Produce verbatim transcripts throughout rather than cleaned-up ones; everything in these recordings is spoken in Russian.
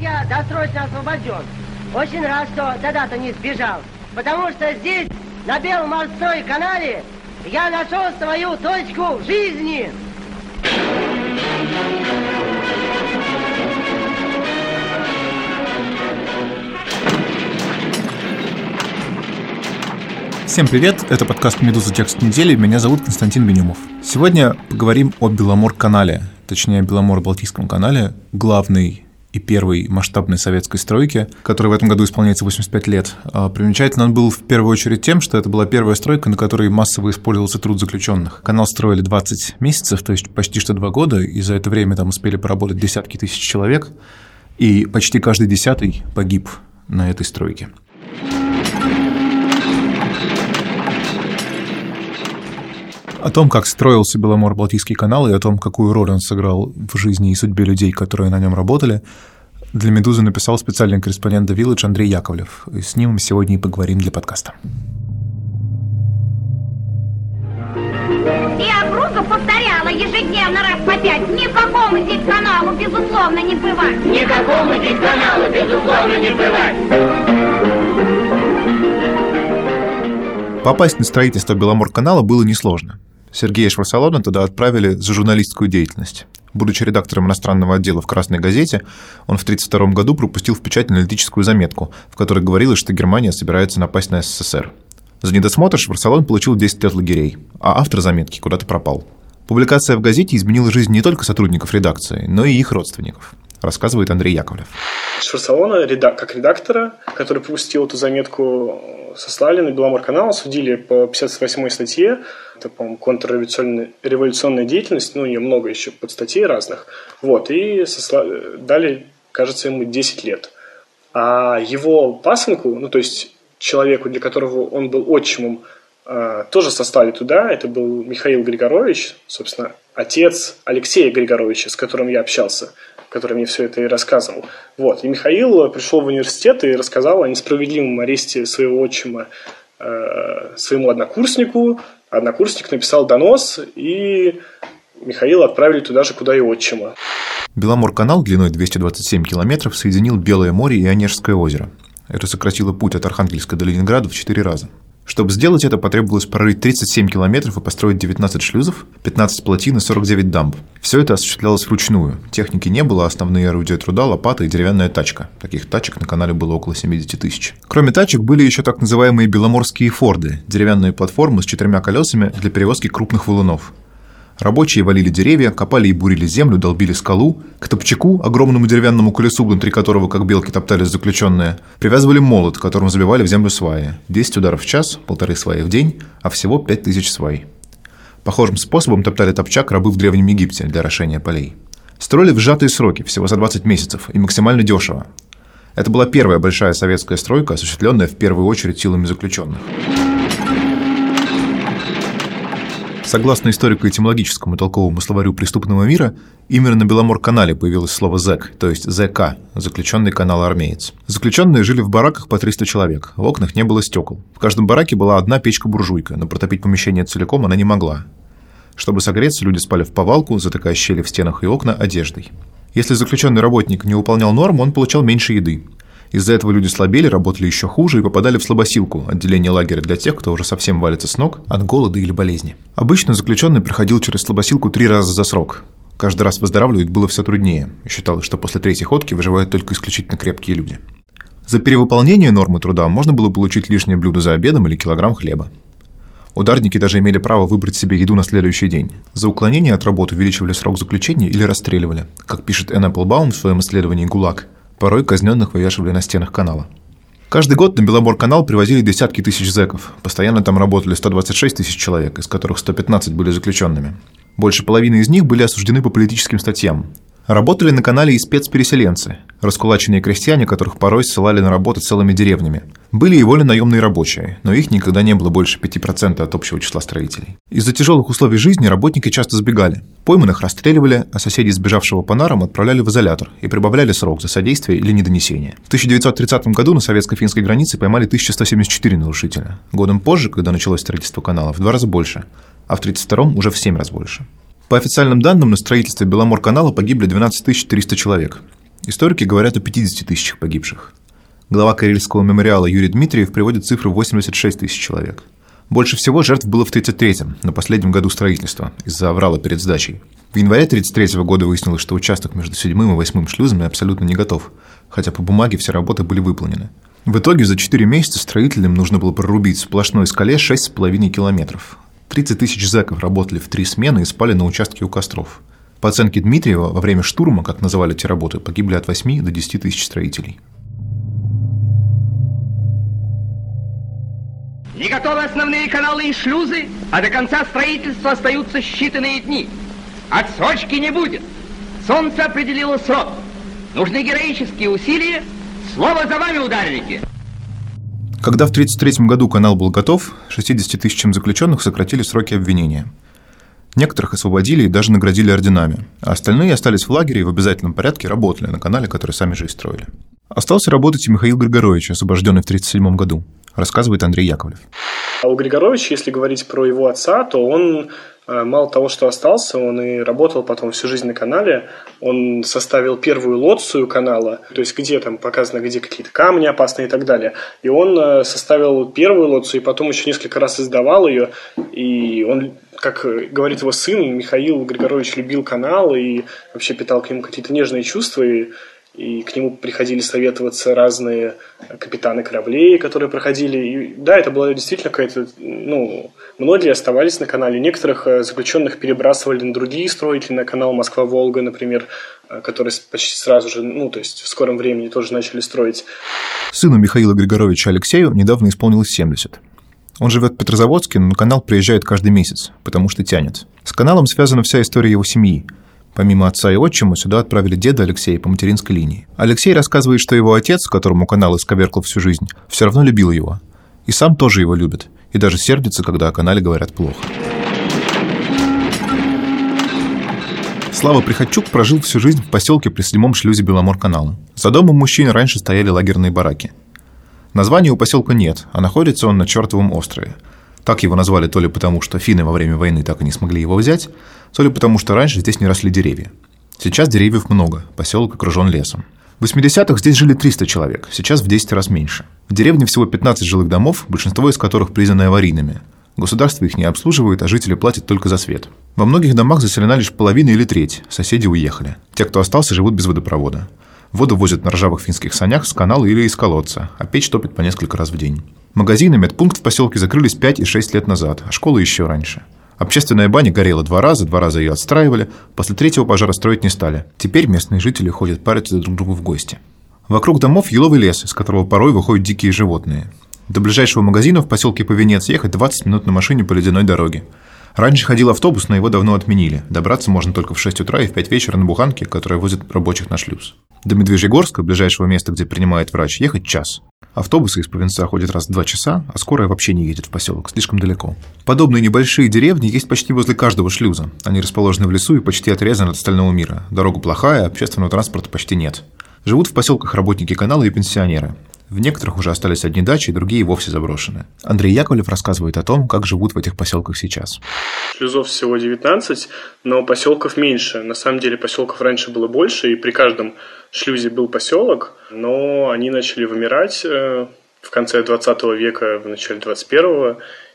я досрочно освобожден. Очень рад, что тогда-то не сбежал. Потому что здесь, на Беломорстрой-канале, я нашел свою точку в жизни. Всем привет, это подкаст «Медуза. Текст недели», меня зовут Константин Бенюмов. Сегодня поговорим о Беломор-канале, точнее о Беломоро-Балтийском канале, главной и первой масштабной советской стройке, которой в этом году исполняется восемьдесят пять лет. Примечательно он был в первую очередь тем, что это была первая стройка, на которой массово использовался труд заключенных. Канал строили двадцать месяцев, то есть почти что два года, и за это время там успели поработать десятки тысяч человек, и почти каждый десятый погиб на этой стройке. О том, как строился Беломоро-Балтийский канал, и о том, какую роль он сыграл в жизни и судьбе людей, которые на нем работали, для «Медузы» написал специальный корреспондент The Village Андрей Яковлев. И с ним мы сегодня и поговорим для подкаста. И округа повторяла ежедневно раз по пять: никакому здесь каналу, безусловно, не бывать. Никакому здесь каналу, безусловно, не бывать. Попасть на строительство Беломор-канала было несложно. Сергея Шварцалона туда отправили за журналистскую деятельность. Будучи редактором иностранного отдела в «Красной газете», он в тысяча девятьсот тридцать втором году пропустил в печать аналитическую заметку, в которой говорилось, что Германия собирается напасть на СССР. За недосмотр Шварцалон получил десять лет лагерей, а автор заметки куда-то пропал. Публикация в газете изменила жизнь не только сотрудников редакции, но и их родственников, рассказывает Андрей Яковлев. Шварцалона, как редактора, который пропустил эту заметку, сослали на Беломор-канал, судили по пятьдесят восьмой статье, это, по-моему, контрреволюционная деятельность, ну, у нее много еще подстатей разных, вот, и сослали, дали, кажется, ему десять лет. А его пасынку, ну, то есть человеку, для которого он был отчимом, тоже сослали туда, это был Михаил Григорович, собственно, отец Алексея Григоровича, с которым я общался, который мне все это и рассказывал. Вот. И Михаил пришел в университет и рассказал о несправедливом аресте своего отчима э, своему однокурснику. Однокурсник написал донос, и Михаила отправили туда же, куда и отчима. Беломор-канал длиной двести двадцать семь километров соединил Белое море и Онежское озеро. Это сократило путь от Архангельска до Ленинграда в четыре раза. Чтобы сделать это, потребовалось прорыть тридцать семь километров и построить девятнадцать шлюзов, пятнадцать плотин и сорок девять дамб. Все это осуществлялось вручную. Техники не было, а основные орудия труда – лопата и деревянная тачка. Таких тачек на канале было около семьдесят тысяч. Кроме тачек были еще так называемые беломорские форды – деревянные платформы с четырьмя колесами для перевозки крупных валунов. Рабочие валили деревья, копали и бурили землю, долбили скалу. К топчаку, огромному деревянному колесу, внутри которого, как белки, топтались заключенные, привязывали молот, которым забивали в землю сваи. десять ударов в час, полторы сваи в день, а всего пять тысяч свай. Похожим способом топтали топчак рабы в Древнем Египте для орошения полей. Строили в сжатые сроки, всего за двадцать месяцев, и максимально дешево. Это была первая большая советская стройка, осуществленная в первую очередь силами заключенных. Согласно историко-этимологическому толковому словарю преступного мира, именно на Беломор-канале появилось слово «зэк», то есть «зэка» – заключенный каналоармеец. Заключенные жили в бараках по триста человек, в окнах не было стекол. В каждом бараке была одна печка-буржуйка, но протопить помещение целиком она не могла. Чтобы согреться, люди спали в повалку, затыкая щели в стенах и окна одеждой. Если заключенный работник не выполнял норм, он получал меньше еды. Из-за этого люди слабели, работали еще хуже и попадали в слабосилку, отделение лагеря для тех, кто уже совсем валится с ног от голода или болезни. Обычно заключенный проходил через слабосилку три раза за срок. Каждый раз выздоравливать было все труднее, и считалось, что после третьей ходки выживают только исключительно крепкие люди. За перевыполнение нормы труда можно было получить лишнее блюдо за обедом или килограмм хлеба. Ударники даже имели право выбрать себе еду на следующий день. За уклонение от работы увеличивали срок заключения или расстреливали. Как пишет Энн Эпплбаум в своем исследовании «ГУЛАГ», порой казненных вывешивали на стенах канала. Каждый год на Беломор-канал привозили десятки тысяч зэков. Постоянно там работали сто двадцать шесть тысяч человек, из которых сто пятнадцать были заключенными. Больше половины из них были осуждены по политическим статьям. Работали на канале и спецпереселенцы, раскулаченные крестьяне, которых порой ссылали на работу целыми деревнями. Были и вольно-наемные рабочие, но их никогда не было больше пяти процентов от общего числа строителей. Из-за тяжелых условий жизни работники часто сбегали. Пойманных расстреливали, а соседей, сбежавшего по нарам, отправляли в изолятор и прибавляли срок за содействие или недонесение. В тысяча девятьсот тридцатом году на советско-финской границе поймали тысячу сто семьдесят четыре нарушителя. Годом позже, когда началось строительство канала, в два раза больше, а в тридцать втором уже в семь раз больше. По официальным данным, на строительстве Беломор-канала погибли двенадцать тысяч триста человек. Историки говорят о пятидесяти тысячах погибших. Глава Карельского мемориала Юрий Дмитриев приводит цифру восемьдесят шесть тысяч человек. Больше всего жертв было в тридцать третьем, на последнем году строительства, из-за аврала перед сдачей. В январе тридцать третьего года выяснилось, что участок между седьмым и восьмым шлюзами абсолютно не готов, хотя по бумаге все работы были выполнены. В итоге за четыре месяца строителям нужно было прорубить в сплошной скале шесть с половиной километров. тридцать тысяч зэков работали в три смены и спали на участке у костров. По оценке Дмитриева, во время штурма, как называли эти работы, погибли от восьми до десяти тысяч строителей. Не готовы основные каналы и шлюзы, а до конца строительства остаются считанные дни. Отсрочки не будет. Солнце определило срок. Нужны героические усилия. Слово за вами, ударники. Когда в тридцать третьем году канал был готов, шестидесяти тысячам заключенных сократили сроки обвинения. Некоторых освободили и даже наградили орденами, а остальные остались в лагере и в обязательном порядке работали на канале, который сами же и строили. Остался работать и Михаил Григорович, освобожденный в тридцать седьмом году, рассказывает Андрей Яковлев. А у Григоровича, если говорить про его отца, то он мало того, что остался, он и работал потом всю жизнь на канале. Он составил первую лоцию канала, то есть где там показано, где какие-то камни опасные и так далее. И он составил первую лоцию, и потом еще несколько раз издавал ее. И он, как говорит его сын, Михаил Григорович любил канал и вообще питал к нему какие-то нежные чувства. И И к нему приходили советоваться разные капитаны кораблей, которые проходили. И да, это была действительно какая-то... Ну, многие оставались на канале. Некоторых заключенных перебрасывали на другие строители, на канал Москва-Волга, например, который почти сразу же, ну, то есть в скором времени тоже начали строить. Сыну Михаила Григоровича Алексею недавно исполнилось семьдесят. Он живет в Петрозаводске, но на канал приезжает каждый месяц, потому что тянет. С каналом связана вся история его семьи. Помимо отца и отчима, сюда отправили деда Алексея по материнской линии. Алексей рассказывает, что его отец, которому канал исковеркал всю жизнь, все равно любил его. И сам тоже его любит. И даже сердится, когда о канале говорят плохо. Слава Приходчук прожил всю жизнь в поселке при седьмом шлюзе Беломорканала. За домом мужчин раньше стояли лагерные бараки. Названия у поселка нет, а находится он на Чертовом острове. Так его назвали то ли потому, что финны во время войны так и не смогли его взять, то ли потому, что раньше здесь не росли деревья. Сейчас деревьев много, поселок окружен лесом. В восьмидесятых здесь жили триста человек, сейчас в десять раз меньше. В деревне всего пятнадцать жилых домов, большинство из которых признаны аварийными. Государство их не обслуживает, а жители платят только за свет. Во многих домах заселена лишь половина или треть, соседи уехали. Те, кто остался, живут без водопровода. Воду возят на ржавых финских санях с канала или из колодца, а печь топит по несколько раз в день. Магазины, медпункт в поселке закрылись пять и шесть лет назад, а школа еще раньше. Общественная баня горела два раза, два раза ее отстраивали, после третьего пожара строить не стали. Теперь местные жители ходят париться друг к другу в гости. Вокруг домов еловый лес, из которого порой выходят дикие животные. До ближайшего магазина в поселке Повенец ехать двадцать минут на машине по ледяной дороге. Раньше ходил автобус, но его давно отменили. Добраться можно только в шесть утра и в пять вечера на буханке, которая возит рабочих на шлюз. До Медвежьегорска, ближайшего места, где принимает врач, ехать час. Автобусы из Повенца ходят раз в два часа, а скорая вообще не едет в поселок, слишком далеко. Подобные небольшие деревни есть почти возле каждого шлюза. Они расположены в лесу и почти отрезаны от остального мира. Дорога плохая, общественного транспорта почти нет. Живут в поселках работники канала и пенсионеры. В некоторых уже остались одни дачи, другие вовсе заброшены. Андрей Яковлев рассказывает о том, как живут в этих поселках сейчас. Шлюзов всего девятнадцать, но поселков меньше. На самом деле поселков раньше было больше, и при каждом шлюзе был поселок, но они начали вымирать в конце двадцатого века, в начале двадцать первого,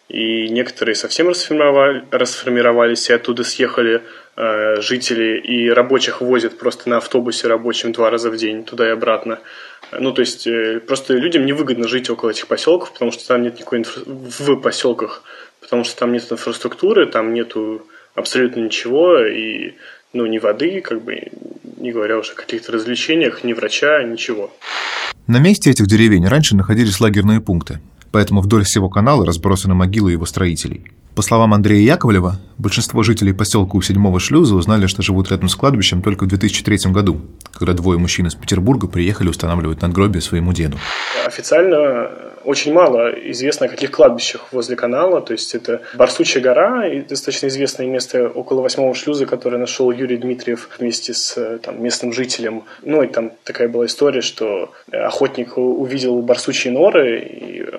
и некоторые совсем расформировали, расформировались, и оттуда съехали э, жители, и рабочих возят просто на автобусе рабочим два раза в день, туда и обратно. Ну, то есть, э, просто людям невыгодно жить около этих поселков, потому что там нет никакой инфра... в поселках, потому что там нет инфраструктуры, там нету абсолютно ничего, и ну, ни воды, как бы, не говоря уже о каких-то развлечениях, ни врача, ничего. На месте этих деревень раньше находились лагерные пункты, поэтому вдоль всего канала разбросаны могилы его строителей. По словам Андрея Яковлева, большинство жителей поселка у седьмого шлюза узнали, что живут рядом с кладбищем только в две тысячи третьем году, когда двое мужчин из Петербурга приехали устанавливать надгробие своему деду. Официально очень мало известно о каких кладбищах возле канала, то есть это Барсучья гора, и достаточно известное место около восьмого шлюза, которое нашел Юрий Дмитриев вместе с там, местным жителем. Ну и там такая была история, что охотник увидел барсучьи норы и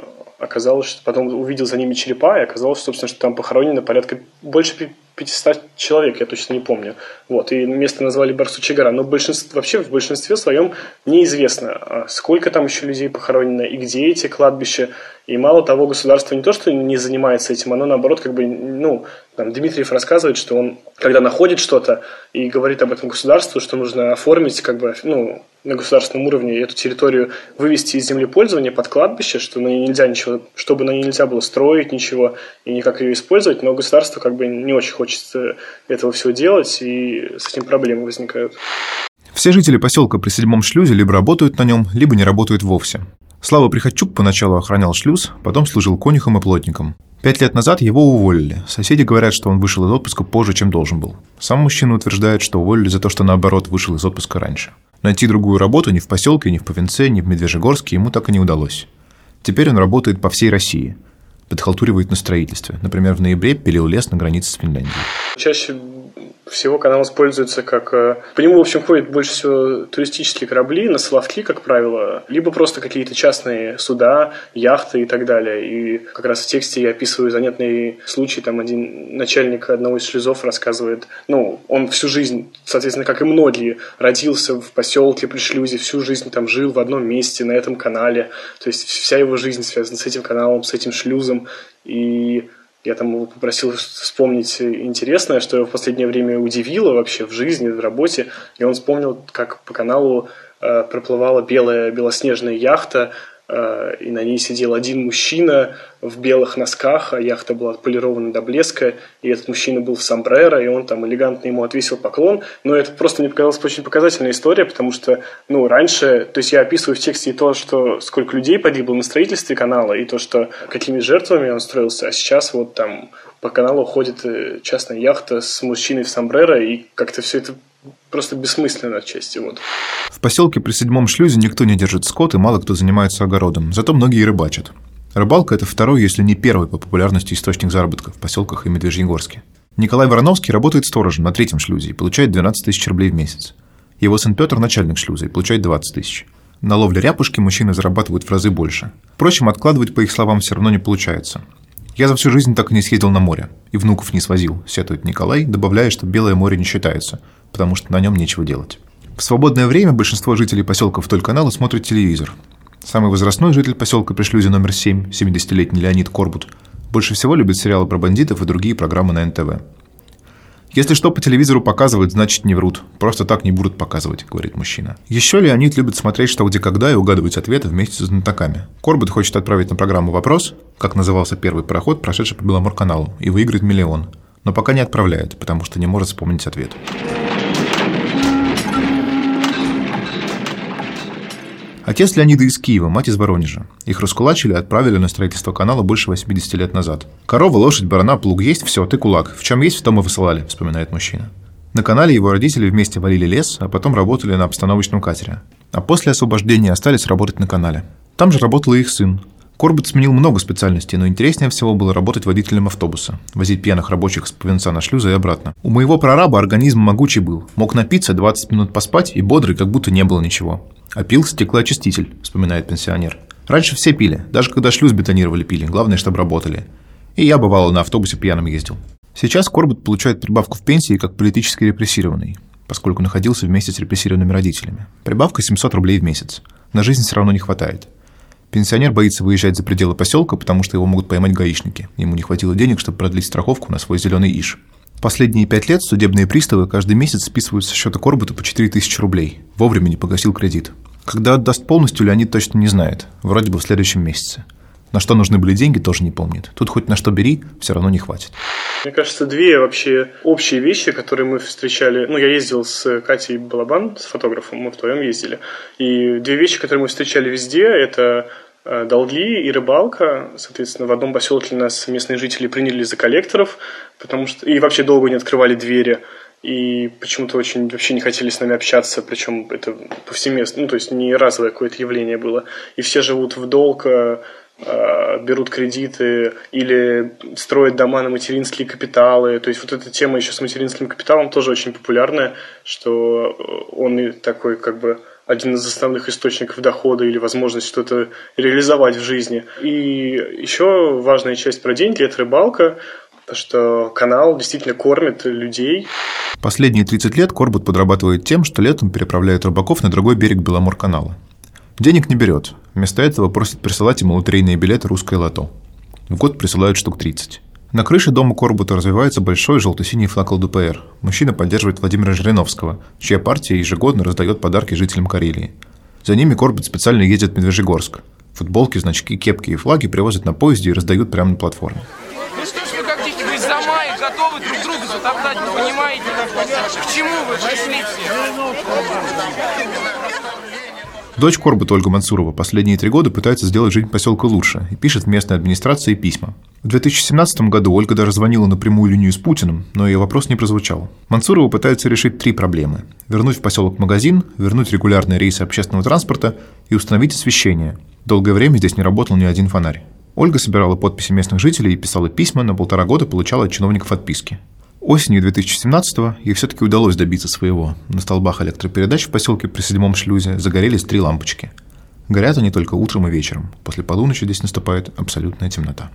оказалось, что потом увидел за ними черепа, и оказалось, собственно, что там похоронено порядка больше пятьсот человек, я точно не помню. Вот, и место назвали Барсучья гора. Но большинство, вообще в большинстве своем неизвестно, сколько там еще людей похоронено и где эти кладбища. И мало того, государство не то, что не занимается этим, оно наоборот, как бы, ну, там Дмитриев рассказывает, что он, когда находит что-то и говорит об этом государству, что нужно оформить, как бы, ну, на государственном уровне эту территорию вывести из землепользования под кладбище, что на ней нельзя ничего, чтобы на ней нельзя было строить ничего и никак ее использовать, но государство как бы не очень хочет этого всего делать, и с этим проблемы возникают. Все жители поселка при седьмом шлюзе либо работают на нем, либо не работают вовсе. Слава Приходчук поначалу охранял шлюз, потом служил конюхом и плотником. Пять лет назад его уволили. Соседи говорят, что он вышел из отпуска позже, чем должен был. Сам мужчина утверждает, что уволили за то, что наоборот вышел из отпуска раньше. Найти другую работу ни в поселке, ни в Повинце, ни в Медвежьегорске ему так и не удалось. Теперь он работает по всей России. Подхалтуривает на строительстве. Например, в ноябре пилил лес на границе с Финляндией. Чаще всего канал используется как... По нему, в общем, ходят больше всего туристические корабли на Соловки, как правило, либо просто какие-то частные суда, яхты и так далее. И как раз в тексте я описываю занятный случай. Там один начальник одного из шлюзов рассказывает, ну, он всю жизнь, соответственно, как и многие, родился в поселке при шлюзе, всю жизнь там жил в одном месте, на этом канале. То есть вся его жизнь связана с этим каналом, с этим шлюзом. И... Я там его попросил вспомнить интересное, что его в последнее время удивило вообще в жизни, в работе. И он вспомнил, как по каналу э, проплывала белая белоснежная яхта, э, и на ней сидел один мужчина в белых носках, а яхта была отполирована до блеска, и этот мужчина был в сомбреро, и он там элегантно ему отвесил поклон. Но это просто мне показалась очень показательная история, потому что, ну, раньше, то есть я описываю в тексте и то, что сколько людей погибло на строительстве канала, и то, что какими жертвами он строился, а сейчас вот там по каналу ходит частная яхта с мужчиной в сомбреро, и как-то все это просто бессмысленно отчасти. Вот. В поселке при седьмом шлюзе никто не держит скот, и мало кто занимается огородом, зато многие рыбачат. Рыбалка – это второй, если не первый по популярности источник заработка в поселках и Медвежьегорске. Николай Вороновский работает сторожем на третьем шлюзе и получает двенадцать тысяч рублей в месяц. Его сын Петр – начальник шлюза и получает двадцать тысяч. На ловле ряпушки мужчины зарабатывают в разы больше. Впрочем, откладывать, по их словам, все равно не получается. «Я за всю жизнь так и не съездил на море, и внуков не свозил», – сетует Николай, добавляя, что Белое море не считается, потому что на нем нечего делать. В свободное время большинство жителей поселка вдоль канала смотрят телевизор. Самый возрастной житель поселка при шлюзе номер семь, семидесятилетний Леонид Корбут, больше всего любит сериалы про бандитов и другие программы на эн тэ вэ. «Если что по телевизору показывают, значит не врут. Просто так не будут показывать», — говорит мужчина. Еще Леонид любит смотреть «Что, где, когда» и угадывать ответы вместе с знатоками. Корбут хочет отправить на программу вопрос, как назывался первый пароход, прошедший по Беломорканалу, и выиграть миллион. Но пока не отправляет, потому что не может вспомнить ответ. Отец Леонида из Киева, мать из Воронежа. Их раскулачили и отправили на строительство канала больше восьмидесяти лет назад. «Корова, лошадь, барана, плуг есть, все, ты кулак. В чем есть, в том и высылали», — вспоминает мужчина. На канале его родители вместе валили лес, а потом работали на обстановочном катере. А после освобождения остались работать на канале. Там же работал и их сын. Корбут сменил много специальностей, но интереснее всего было работать водителем автобуса, возить пьяных рабочих с Повинца на шлюзы и обратно. «У моего прораба организм могучий был. Мог напиться, двадцать минут поспать и бодрый, как будто не было ничего. А пил стеклоочиститель», — вспоминает пенсионер. «Раньше все пили, даже когда шлюз бетонировали, пили, главное, чтобы работали. И я, бывало, на автобусе пьяным ездил». Сейчас Корбут получает прибавку в пенсии как политически репрессированный, поскольку находился вместе с репрессированными родителями. Прибавка семьсот рублей в месяц. На жизнь все равно не хватает. Пенсионер боится выезжать за пределы поселка, потому что его могут поймать гаишники. Ему не хватило денег, чтобы продлить страховку на свой зеленый иш. Последние пять лет судебные приставы каждый месяц списывают со счета Корбута по четыре тысячи рублей. Вовремя не погасил кредит. Когда отдаст полностью, Леонид точно не знает. Вроде бы в следующем месяце. На что нужны были деньги, тоже не помнит. Тут хоть на что бери, все равно не хватит. Мне кажется, две вообще общие вещи, которые мы встречали. Ну, я ездил с Катей Балабан, с фотографом, мы вдвоем ездили. И две вещи, которые мы встречали везде, это долги и рыбалка. Соответственно, в одном поселке нас местные жители приняли за коллекторов, потому что и вообще долго не открывали двери. И почему-то очень вообще не хотели с нами общаться, причем это повсеместно, ну, то есть не разовое какое-то явление было. И все живут в долг, берут кредиты или строят дома на материнские капиталы. То есть вот эта тема еще с материнским капиталом тоже очень популярная, что он такой как бы один из основных источников дохода или возможность что-то реализовать в жизни. И еще важная часть про деньги – это рыбалка, потому что канал действительно кормит людей. Последние тридцать лет Корбут подрабатывает тем, что летом переправляет рыбаков на другой берег Беломор-канала. Денег не берет. Вместо этого просит присылать ему лотерейные билеты «Русское лото». В год присылают штук тридцать. На крыше дома Корбута развивается большой желто-синий флаг эл дэ пэ эр. Мужчина поддерживает Владимира Жириновского, чья партия ежегодно раздает подарки жителям Карелии. За ними Корбут специально ездит в Медвежьегорск. Футболки, значки, кепки и флаги привозят на поезде и раздают прямо на платформе. Ну что ж вы как дети, вы за май готовы друг друга затоптать, вы понимаете? К чему вы пришли все? Дочь Корбута Ольга Мансурова последние три года пытается сделать жизнь поселка лучше и пишет в местной администрации письма. В две тысячи семнадцатом году Ольга даже звонила на прямую линию с Путиным, но ее вопрос не прозвучал. Мансурова пытается решить три проблемы: вернуть в поселок магазин, вернуть регулярные рейсы общественного транспорта и установить освещение. Долгое время здесь не работал ни один фонарь. Ольга собирала подписи местных жителей и писала письма, на полтора года получала от чиновников отписки. Осенью две тысячи семнадцатого ей все-таки удалось добиться своего. На столбах электропередач в поселке при седьмом шлюзе загорелись три лампочки. Горят они только утром и вечером. После полуночи здесь наступает абсолютная темнота.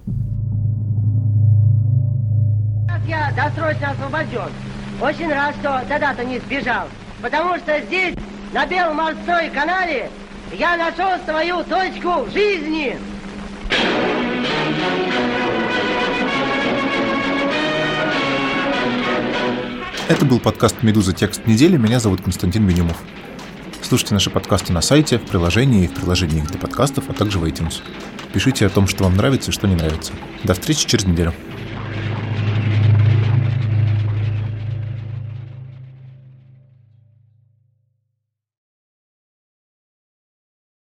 Я досрочно освобожден. Очень рад, что тогда-то не сбежал. Потому что здесь, на Беломорской канале, я нашел свою точку в жизни. Это был подкаст «Медуза. Текст недели». Меня зовут Константин Бенюмов. Слушайте наши подкасты на сайте, в приложении и в приложениях для подкастов, а также в iTunes. Пишите о том, что вам нравится и что не нравится. До встречи через неделю.